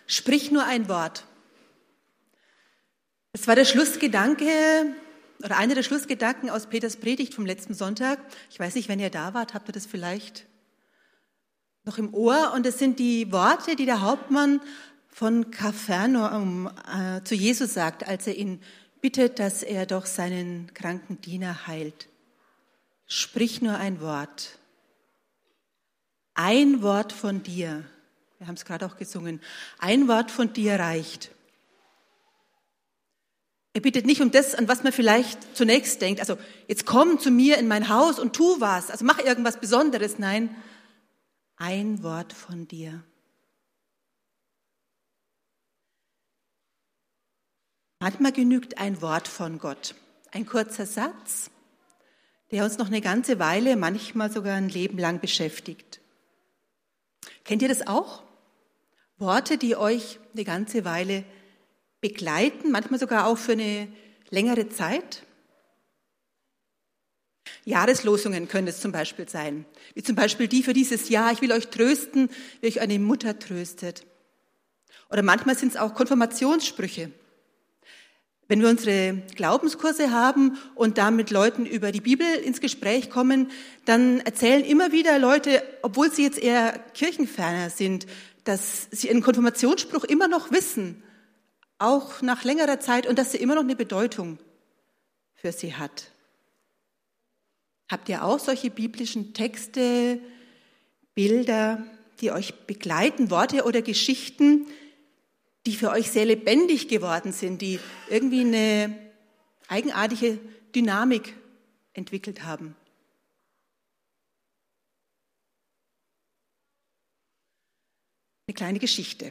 Sprich nur ein Wort. Das war der Schlussgedanke oder einer der Schlussgedanken aus Peters Predigt vom letzten Sonntag. Ich weiß nicht, wenn ihr da wart, habt ihr das vielleicht noch im Ohr? Und es sind die Worte, die der Hauptmann von Kapharnaum zu Jesus sagt, als er ihn bittet, dass er doch seinen kranken Diener heilt. Sprich nur ein Wort. Ein Wort von dir. Wir haben es gerade auch gesungen. Ein Wort von dir reicht. Er bittet nicht um das, an was man vielleicht zunächst denkt. Also jetzt komm zu mir in mein Haus und tu was. Also mach irgendwas Besonderes. Nein, ein Wort von dir. Manchmal genügt ein Wort von Gott. Ein kurzer Satz, der uns noch eine ganze Weile, manchmal sogar ein Leben lang beschäftigt. Kennt ihr das auch? Worte, die euch eine ganze Weile begleiten, manchmal sogar auch für eine längere Zeit. Jahreslosungen können es zum Beispiel sein, wie zum Beispiel die für dieses Jahr, ich will euch trösten, wie euch eine Mutter tröstet. Oder manchmal sind es auch Konfirmationssprüche. Wenn wir unsere Glaubenskurse haben und da mit Leuten über die Bibel ins Gespräch kommen, dann erzählen immer wieder Leute, obwohl sie jetzt eher kirchenferner sind, dass sie einen Konfirmationsspruch immer noch wissen, auch nach längerer Zeit, und dass sie immer noch eine Bedeutung für sie hat. Habt ihr auch solche biblischen Texte, Bilder, die euch begleiten, Worte oder Geschichten, die für euch sehr lebendig geworden sind, die irgendwie eine eigenartige Dynamik entwickelt haben? Eine kleine Geschichte.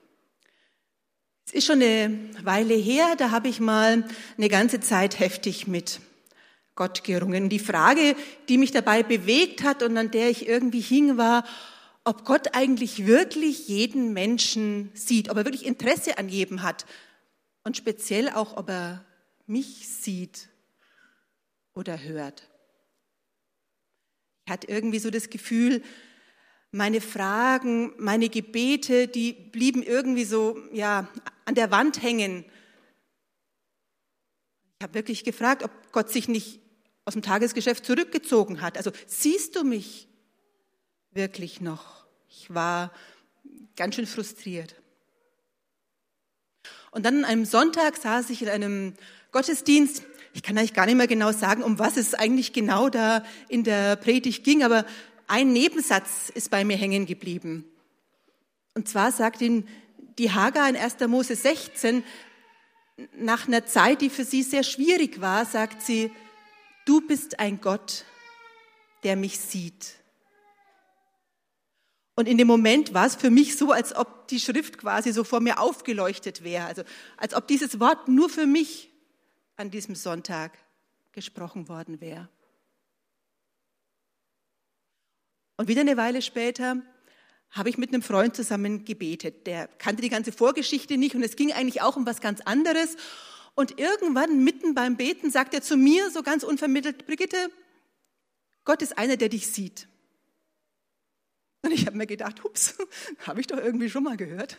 Es ist schon eine Weile her, da habe ich mal eine ganze Zeit heftig mit Gott gerungen. Die Frage, die mich dabei bewegt hat und an der ich irgendwie hing, war, ob Gott eigentlich wirklich jeden Menschen sieht, ob er wirklich Interesse an jedem hat und speziell auch, ob er mich sieht oder hört. Ich hatte irgendwie so das Gefühl, meine Fragen, meine Gebete, die blieben irgendwie so an der Wand hängen. Ich habe wirklich gefragt, ob Gott sich nicht aus dem Tagesgeschäft zurückgezogen hat. Also siehst du mich wirklich noch? Ich war ganz schön frustriert. Und dann an einem Sonntag saß ich in einem Gottesdienst. Ich kann eigentlich gar nicht mehr genau sagen, um was es eigentlich genau da in der Predigt ging, aber ein Nebensatz ist bei mir hängen geblieben. Und zwar sagt ihn die Hagar in 1. Mose 16, nach einer Zeit, die für sie sehr schwierig war, sagt sie, du bist ein Gott, der mich sieht. Und in dem Moment war es für mich so, als ob die Schrift quasi so vor mir aufgeleuchtet wäre. Also als ob dieses Wort nur für mich an diesem Sonntag gesprochen worden wäre. Und wieder eine Weile später habe ich mit einem Freund zusammen gebetet. Der kannte die ganze Vorgeschichte nicht und es ging eigentlich auch um was ganz anderes. Und irgendwann mitten beim Beten sagt er zu mir so ganz unvermittelt, Brigitte, Gott ist einer, der dich sieht. Und ich habe mir gedacht, hups, habe ich doch irgendwie schon mal gehört.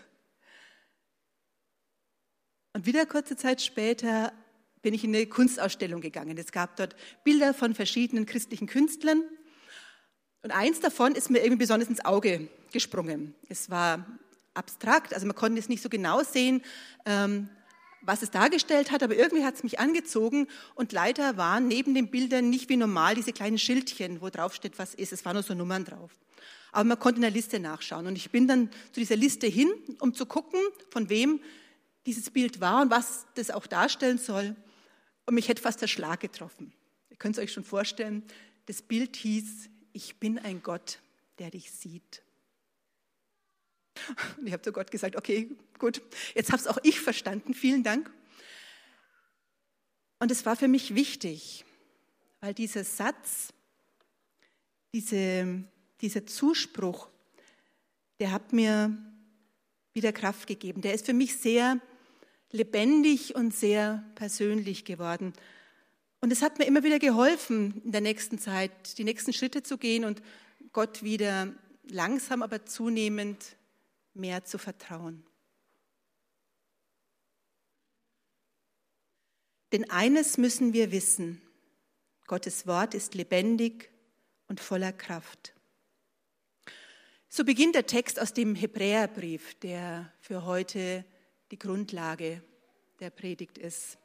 Und wieder kurze Zeit später bin ich in eine Kunstausstellung gegangen. Es gab dort Bilder von verschiedenen christlichen Künstlern. Und eins davon ist mir irgendwie besonders ins Auge gesprungen. Es war abstrakt, also man konnte es nicht so genau sehen, was es dargestellt hat, aber irgendwie hat es mich angezogen und leider waren neben den Bildern nicht wie normal diese kleinen Schildchen, wo drauf steht, was ist. Es waren nur so Nummern drauf. Aber man konnte in der Liste nachschauen. Und ich bin dann zu dieser Liste hin, um zu gucken, von wem dieses Bild war und was das auch darstellen soll. Und mich hätte fast der Schlag getroffen. Ihr könnt es euch schon vorstellen, das Bild hieß, ich bin ein Gott, der dich sieht. Und ich habe zu Gott gesagt, okay, gut, jetzt habe es auch ich verstanden, vielen Dank. Und es war für mich wichtig, weil dieser Satz, dieser Zuspruch, der hat mir wieder Kraft gegeben. Der ist für mich sehr lebendig und sehr persönlich geworden. Und es hat mir immer wieder geholfen, in der nächsten Zeit die nächsten Schritte zu gehen und Gott wieder langsam, aber zunehmend mehr zu vertrauen. Denn eines müssen wir wissen: Gottes Wort ist lebendig und voller Kraft. So beginnt der Text aus dem Hebräerbrief, der für heute die Grundlage der Predigt ist.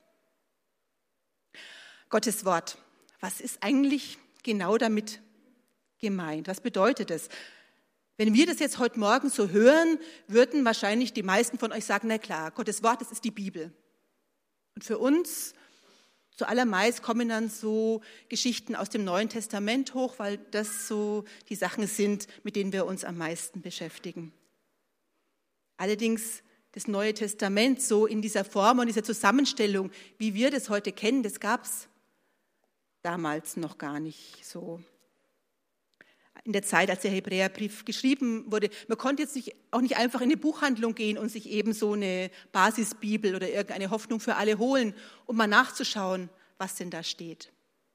Gottes Wort. Was ist eigentlich genau damit gemeint? Was bedeutet es? Wenn wir das jetzt heute Morgen so hören, würden wahrscheinlich die meisten von euch sagen, na klar, Gottes Wort, das ist die Bibel. Und für uns zuallermeist kommen dann so Geschichten aus dem Neuen Testament hoch, weil das so die Sachen sind, mit denen wir uns am meisten beschäftigen. Allerdings das Neue Testament so in dieser Form und dieser Zusammenstellung, wie wir das heute kennen, das gab es damals noch gar nicht so. In der Zeit, als der Hebräerbrief geschrieben wurde, man konnte jetzt auch nicht einfach in eine Buchhandlung gehen und sich eben so eine Basisbibel oder irgendeine Hoffnung für alle holen, um mal nachzuschauen, was denn da steht.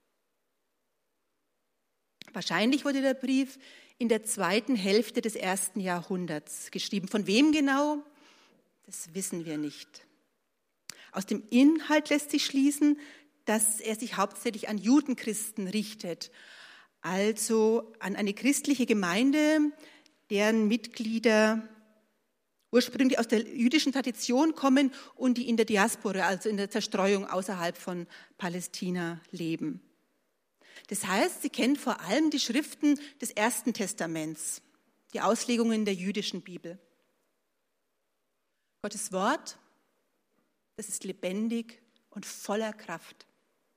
Wahrscheinlich wurde der Brief in der zweiten Hälfte des 1. Jahrhunderts geschrieben. Von wem genau? Das wissen wir nicht. Aus dem Inhalt lässt sich schließen, dass er sich hauptsächlich an Judenchristen richtet, also an eine christliche Gemeinde, deren Mitglieder ursprünglich aus der jüdischen Tradition kommen und die in der Diaspora, also in der Zerstreuung außerhalb von Palästina leben. Das heißt, sie kennen vor allem die Schriften des Ersten Testaments, die Auslegungen der jüdischen Bibel. Gottes Wort, das ist lebendig und voller Kraft.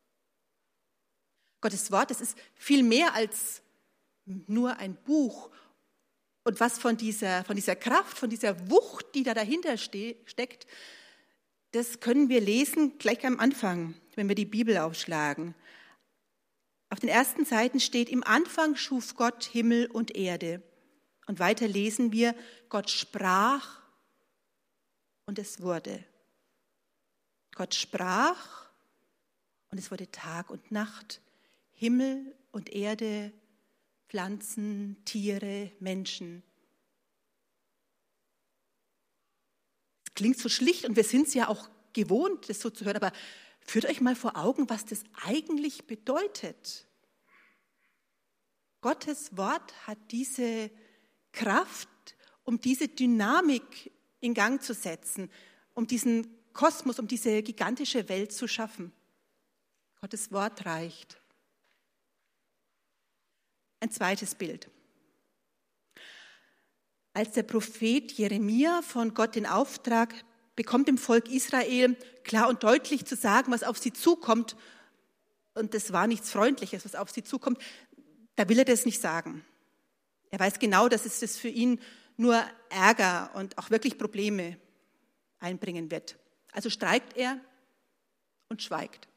Gottes Wort, das ist viel mehr als nur ein Buch. Und was von dieser Kraft, von dieser Wucht, die da dahinter steckt, das können wir lesen gleich am Anfang, wenn wir die Bibel aufschlagen. Auf den ersten Seiten steht: Im Anfang schuf Gott Himmel und Erde. Und weiter lesen wir: Gott sprach und es wurde. Gott sprach und es wurde Tag und Nacht. Himmel und Erde, Pflanzen, Tiere, Menschen. Es klingt so schlicht und wir sind es ja auch gewohnt, das so zu hören, aber führt euch mal vor Augen, was das eigentlich bedeutet. Gottes Wort hat diese Kraft, um diese Dynamik in Gang zu setzen, um diesen Kosmos, um diese gigantische Welt zu schaffen. Gottes Wort reicht. Ein zweites Bild. Als der Prophet Jeremia von Gott den Auftrag bekommt, dem Volk Israel klar und deutlich zu sagen, was auf sie zukommt, und das war nichts Freundliches, was auf sie zukommt, da will er das nicht sagen. Er weiß genau, dass es das für ihn nur Ärger und auch wirklich Probleme einbringen wird. Also streikt er und schweigt.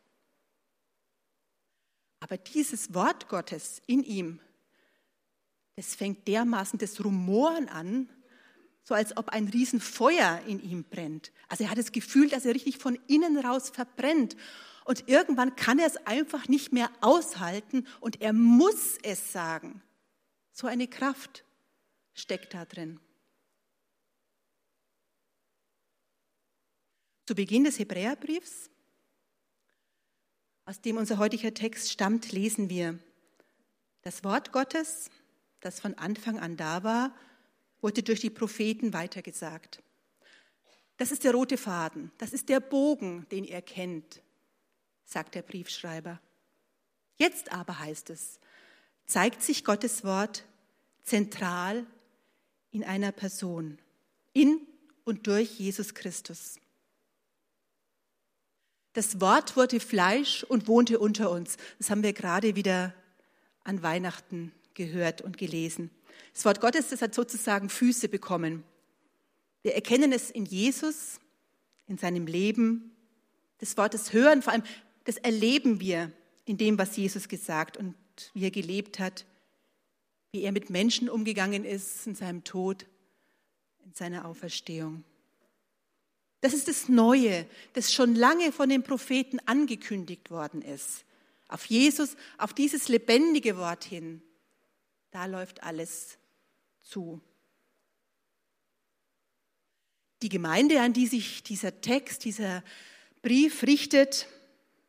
Aber dieses Wort Gottes in ihm, es fängt dermaßen das Rumoren an, so als ob ein Riesenfeuer in ihm brennt. Also er hat das Gefühl, dass er richtig von innen raus verbrennt. Und irgendwann kann er es einfach nicht mehr aushalten und er muss es sagen. So eine Kraft steckt da drin. Zu Beginn des Hebräerbriefs, aus dem unser heutiger Text stammt, lesen wir: Das Wort Gottes, das von Anfang an da war, wurde durch die Propheten weitergesagt. Das ist der rote Faden, das ist der Bogen, den ihr kennt, sagt der Briefschreiber. Jetzt aber heißt es, zeigt sich Gottes Wort zentral in einer Person, in und durch Jesus Christus. Das Wort wurde Fleisch und wohnte unter uns. Das haben wir gerade wieder an Weihnachten gehört und gelesen. Das Wort Gottes, das hat sozusagen Füße bekommen. Wir erkennen es in Jesus, in seinem Leben. Das Wort des Hören, vor allem das erleben wir in dem, was Jesus gesagt und wie er gelebt hat, wie er mit Menschen umgegangen ist in seinem Tod, in seiner Auferstehung. Das ist das Neue, das schon lange von den Propheten angekündigt worden ist. Auf Jesus, auf dieses lebendige Wort hin, da läuft alles zu. Die Gemeinde, an die sich dieser Text, dieser Brief richtet,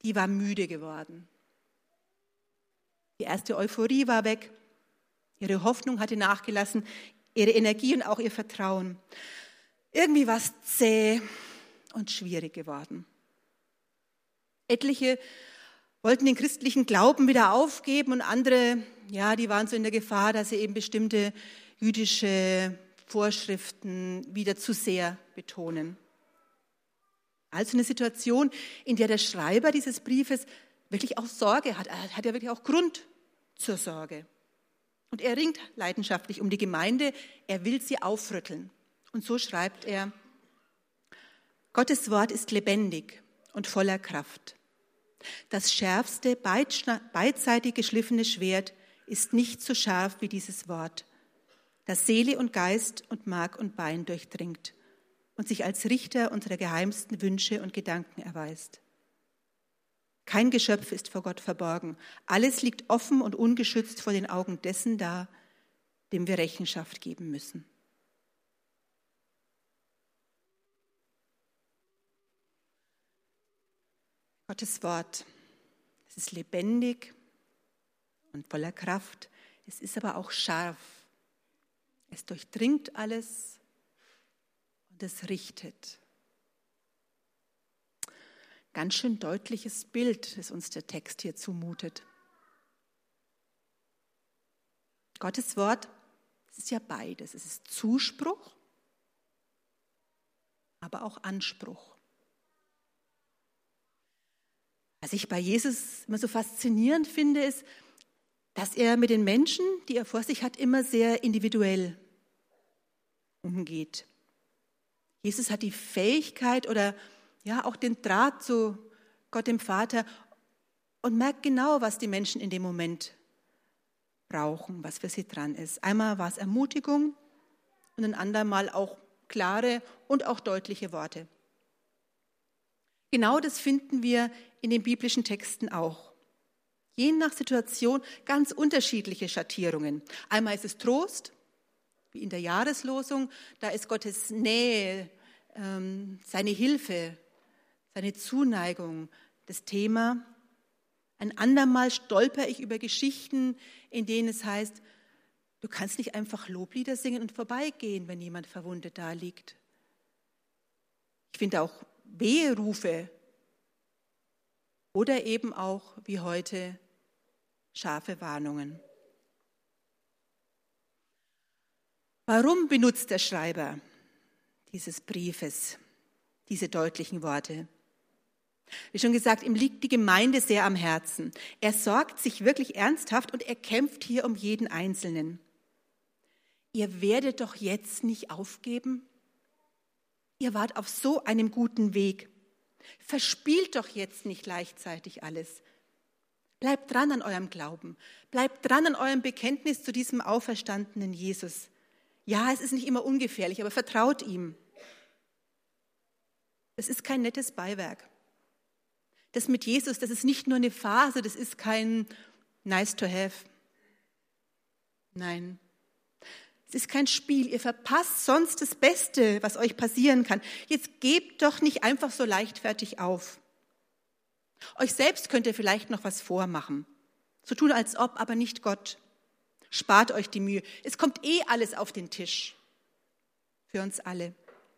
die war müde geworden. Die erste Euphorie war weg, ihre Hoffnung hatte nachgelassen, ihre Energie und auch ihr Vertrauen. Irgendwie war es zäh und schwierig geworden. Etliche wollten den christlichen Glauben wieder aufgeben und andere, ja, die waren so in der Gefahr, dass sie eben bestimmte jüdische Vorschriften wieder zu sehr betonen. Also eine Situation, in der der Schreiber dieses Briefes wirklich auch Sorge hat. Er hat ja wirklich auch Grund zur Sorge. Und er ringt leidenschaftlich um die Gemeinde, er will sie aufrütteln. Und so schreibt er: Gottes Wort ist lebendig und voller Kraft. Das schärfste, beidseitig geschliffene Schwert ist nicht so scharf wie dieses Wort, das Seele und Geist und Mark und Bein durchdringt und sich als Richter unserer geheimsten Wünsche und Gedanken erweist. Kein Geschöpf ist vor Gott verborgen. Alles liegt offen und ungeschützt vor den Augen dessen da, dem wir Rechenschaft geben müssen. Gottes Wort, es ist lebendig und voller Kraft. Es ist aber auch scharf. Es durchdringt alles und es richtet. Ganz schön deutliches Bild, das uns der Text hier zumutet. Gottes Wort, es ist ja beides. Es ist Zuspruch, aber auch Anspruch. Was ich bei Jesus immer so faszinierend finde, ist, dass er mit den Menschen, die er vor sich hat, immer sehr individuell umgeht. Jesus hat die Fähigkeit oder ja auch den Draht zu Gott dem Vater und merkt genau, was die Menschen in dem Moment brauchen, was für sie dran ist. Einmal war es Ermutigung und ein andermal auch klare und auch deutliche Worte. Genau das finden wir in den biblischen Texten auch. Je nach Situation ganz unterschiedliche Schattierungen. Einmal ist es Trost, wie in der Jahreslosung, da ist Gottes Nähe, seine Hilfe, seine Zuneigung das Thema. Ein andermal stolper ich über Geschichten, in denen es heißt, du kannst nicht einfach Loblieder singen und vorbeigehen, wenn jemand verwundet da liegt. Ich finde auch Weherufe oder eben auch, wie heute, scharfe Warnungen. Warum benutzt der Schreiber dieses Briefes diese deutlichen Worte? Wie schon gesagt, ihm liegt die Gemeinde sehr am Herzen. Er sorgt sich wirklich ernsthaft und er kämpft hier um jeden Einzelnen. Ihr werdet doch jetzt nicht aufgeben? Ihr wart auf so einem guten Weg. Verspielt doch jetzt nicht leichtzeitig alles. Bleibt dran an eurem Glauben. Bleibt dran an eurem Bekenntnis zu diesem auferstandenen Jesus. Ja, es ist nicht immer ungefährlich, aber vertraut ihm. Es ist kein nettes Beiwerk. Das mit Jesus, das ist nicht nur eine Phase, das ist kein nice to have. Nein, es ist kein Spiel. Ihr verpasst sonst das Beste, was euch passieren kann. Jetzt gebt doch nicht einfach so leichtfertig auf. Euch selbst könnt ihr vielleicht noch was vormachen. So tun als ob, aber nicht Gott. Spart euch die Mühe. Es kommt alles auf den Tisch. Für uns alle.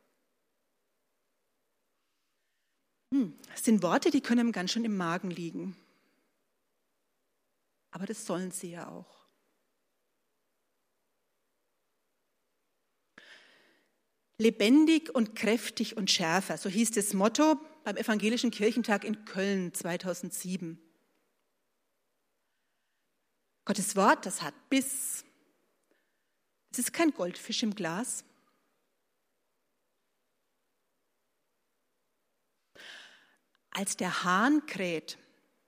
Das sind Worte, die können ganz schön im Magen liegen. Aber das sollen sie ja auch. Lebendig und kräftig und schärfer, so hieß das Motto beim Evangelischen Kirchentag in Köln 2007. Gottes Wort, das hat Biss. Es ist kein Goldfisch im Glas. Als der Hahn kräht,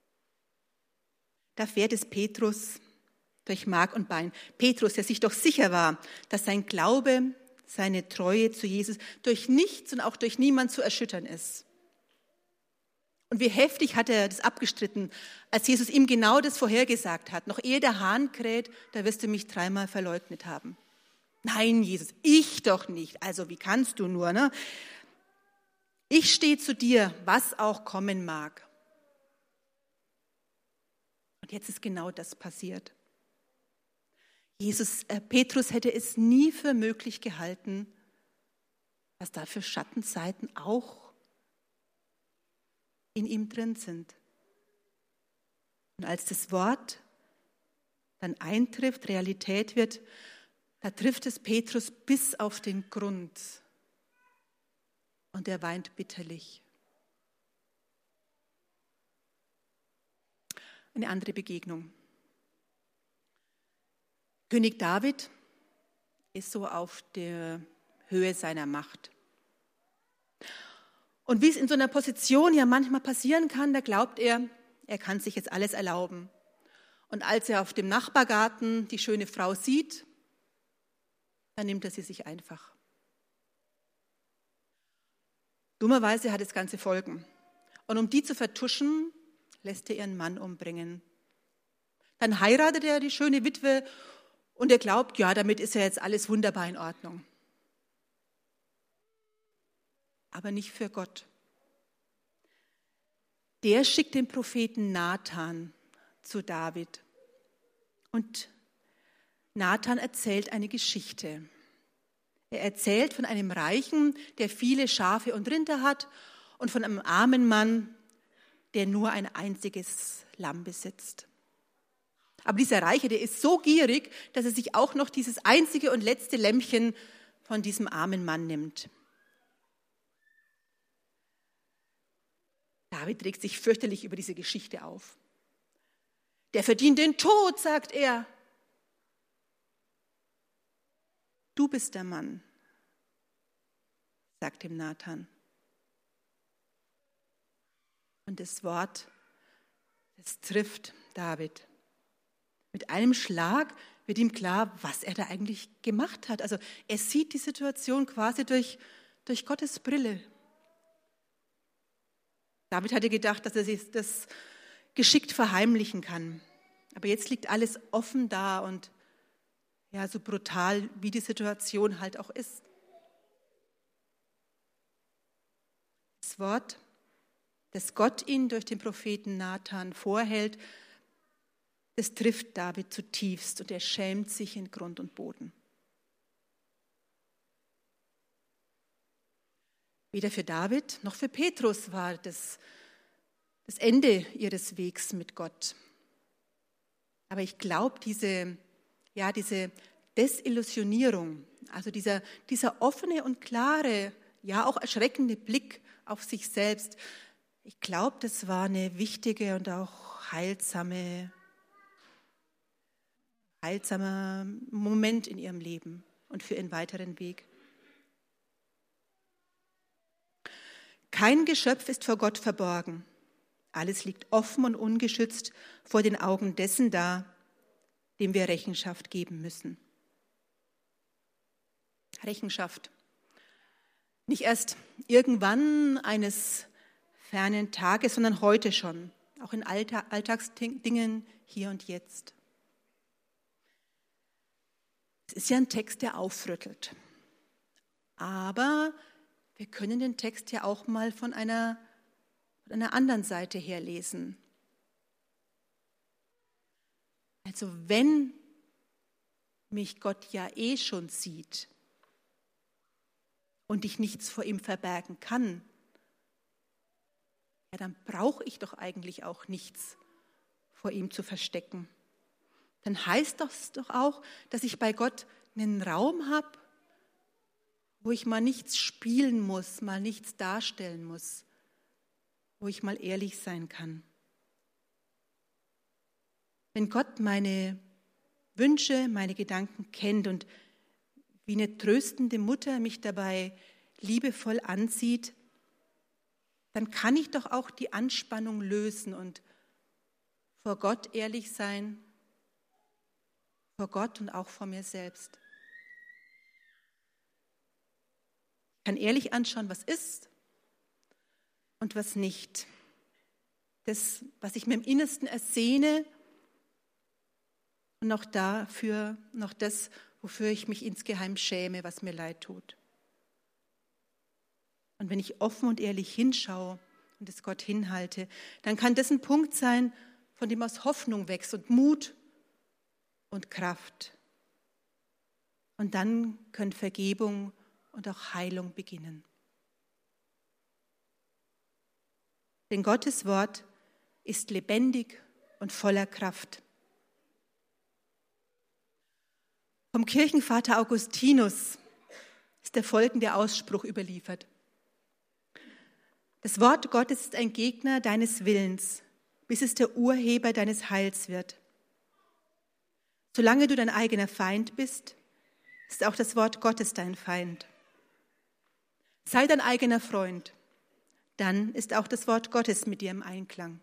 da fährt es Petrus durch Mark und Bein. Petrus, der sich doch sicher war, dass sein Glaube, seine Treue zu Jesus durch nichts und auch durch niemand zu erschüttern ist. Und wie heftig hat er das abgestritten, als Jesus ihm genau das vorhergesagt hat. Noch ehe der Hahn kräht, da wirst du mich 3-mal verleugnet haben. Nein, Jesus, ich doch nicht. Also wie kannst du nur, ne? Ich stehe zu dir, was auch kommen mag. Und jetzt ist genau das passiert. Petrus hätte es nie für möglich gehalten, was da für Schattenseiten auch in ihm drin sind. Und als das Wort dann eintrifft, Realität wird, da trifft es Petrus bis auf den Grund. Und er weint bitterlich. Eine andere Begegnung. König David ist so auf der Höhe seiner Macht. Und wie es in so einer Position ja manchmal passieren kann, da glaubt er, er kann sich jetzt alles erlauben. Und als er auf dem Nachbargarten die schöne Frau sieht, dann nimmt er sie sich einfach. Dummerweise hat das Ganze Folgen. Und um die zu vertuschen, lässt er ihren Mann umbringen. Dann heiratet er die schöne Witwe und er glaubt, ja, damit ist ja jetzt alles wunderbar in Ordnung. Aber nicht für Gott. Der schickt den Propheten Nathan zu David. Und Nathan erzählt eine Geschichte. Er erzählt von einem Reichen, der viele Schafe und Rinder hat, und von einem armen Mann, der nur ein einziges Lamm besitzt. Aber dieser Reiche, der ist so gierig, dass er sich auch noch dieses einzige und letzte Lämmchen von diesem armen Mann nimmt. David regt sich fürchterlich über diese Geschichte auf. Der verdient den Tod, sagt er. Du bist der Mann, sagt ihm Nathan. Und das Wort, das trifft David. Mit einem Schlag wird ihm klar, was er da eigentlich gemacht hat. Also er sieht die Situation quasi durch Gottes Brille. David hatte gedacht, dass er sich das geschickt verheimlichen kann. Aber jetzt liegt alles offen da und ja, so brutal, wie die Situation halt auch ist. Das Wort, das Gott ihn durch den Propheten Nathan vorhält, das trifft David zutiefst und er schämt sich in Grund und Boden. Weder für David noch für Petrus war das Ende ihres Wegs mit Gott. Aber ich glaube, diese Desillusionierung, also dieser offene und klare, ja auch erschreckende Blick auf sich selbst, ich glaube, das war eine wichtige und auch heilsamer Moment in ihrem Leben und für ihren weiteren Weg. Kein Geschöpf ist vor Gott verborgen. Alles liegt offen und ungeschützt vor den Augen dessen da, dem wir Rechenschaft geben müssen. Rechenschaft. Nicht erst irgendwann eines fernen Tages, sondern heute schon, auch in Alltagsdingen hier und jetzt. Es ist ja ein Text, der aufrüttelt. Aber wir können den Text ja auch mal von einer anderen Seite her lesen. Also wenn mich Gott ja schon sieht und ich nichts vor ihm verbergen kann, ja, dann brauche ich doch eigentlich auch nichts vor ihm zu verstecken. Dann heißt das doch auch, dass ich bei Gott einen Raum habe, wo ich mal nichts spielen muss, mal nichts darstellen muss, wo ich mal ehrlich sein kann. Wenn Gott meine Wünsche, meine Gedanken kennt und wie eine tröstende Mutter mich dabei liebevoll ansieht, dann kann ich doch auch die Anspannung lösen und vor Gott ehrlich sein, vor Gott und auch vor mir selbst. Ich kann ehrlich anschauen, was ist und was nicht. Das, was ich mir im Innersten ersehne und auch dafür, noch das, wofür ich mich insgeheim schäme, was mir leid tut. Und wenn ich offen und ehrlich hinschaue und es Gott hinhalte, dann kann das ein Punkt sein, von dem aus Hoffnung wächst und Mut und Kraft. Und dann können Vergebung und auch Heilung beginnen. Denn Gottes Wort ist lebendig und voller Kraft. Vom Kirchenvater Augustinus ist der folgende Ausspruch überliefert: Das Wort Gottes ist ein Gegner deines Willens, bis es der Urheber deines Heils wird. Solange du dein eigener Feind bist, ist auch das Wort Gottes dein Feind. Sei dein eigener Freund, dann ist auch das Wort Gottes mit dir im Einklang.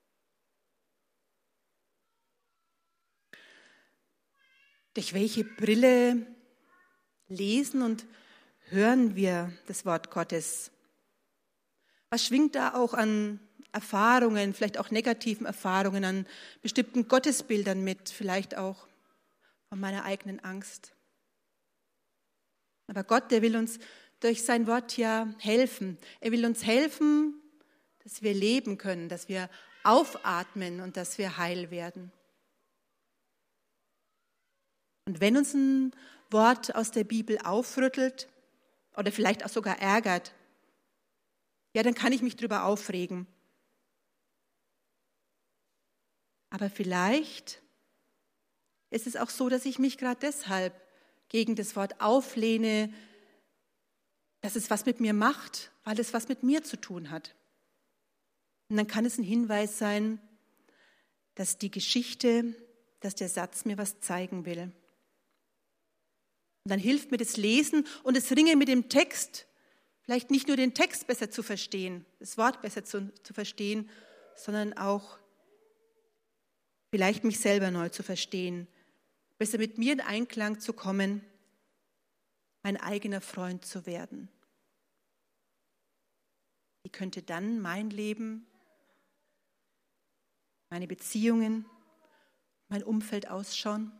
Durch welche Brille lesen und hören wir das Wort Gottes? Was schwingt da auch an Erfahrungen, vielleicht auch negativen Erfahrungen, an bestimmten Gottesbildern mit, vielleicht auch von meiner eigenen Angst? Aber Gott, der will uns durch sein Wort ja helfen. Er will uns helfen, dass wir leben können, dass wir aufatmen und dass wir heil werden. Und wenn uns ein Wort aus der Bibel aufrüttelt oder vielleicht auch sogar ärgert, ja, dann kann ich mich drüber aufregen. Aber vielleicht ist es auch so, dass ich mich gerade deshalb gegen das Wort auflehne, dass es was mit mir macht, weil es was mit mir zu tun hat. Und dann kann es ein Hinweis sein, dass die Geschichte, dass der Satz mir was zeigen will. Und dann hilft mir das Lesen und das Ringen mit dem Text, vielleicht nicht nur den Text besser zu verstehen, das Wort besser zu verstehen, sondern auch vielleicht mich selber neu zu verstehen, besser mit mir in Einklang zu kommen, mein eigener Freund zu werden. Wie könnte dann mein Leben, meine Beziehungen, mein Umfeld ausschauen?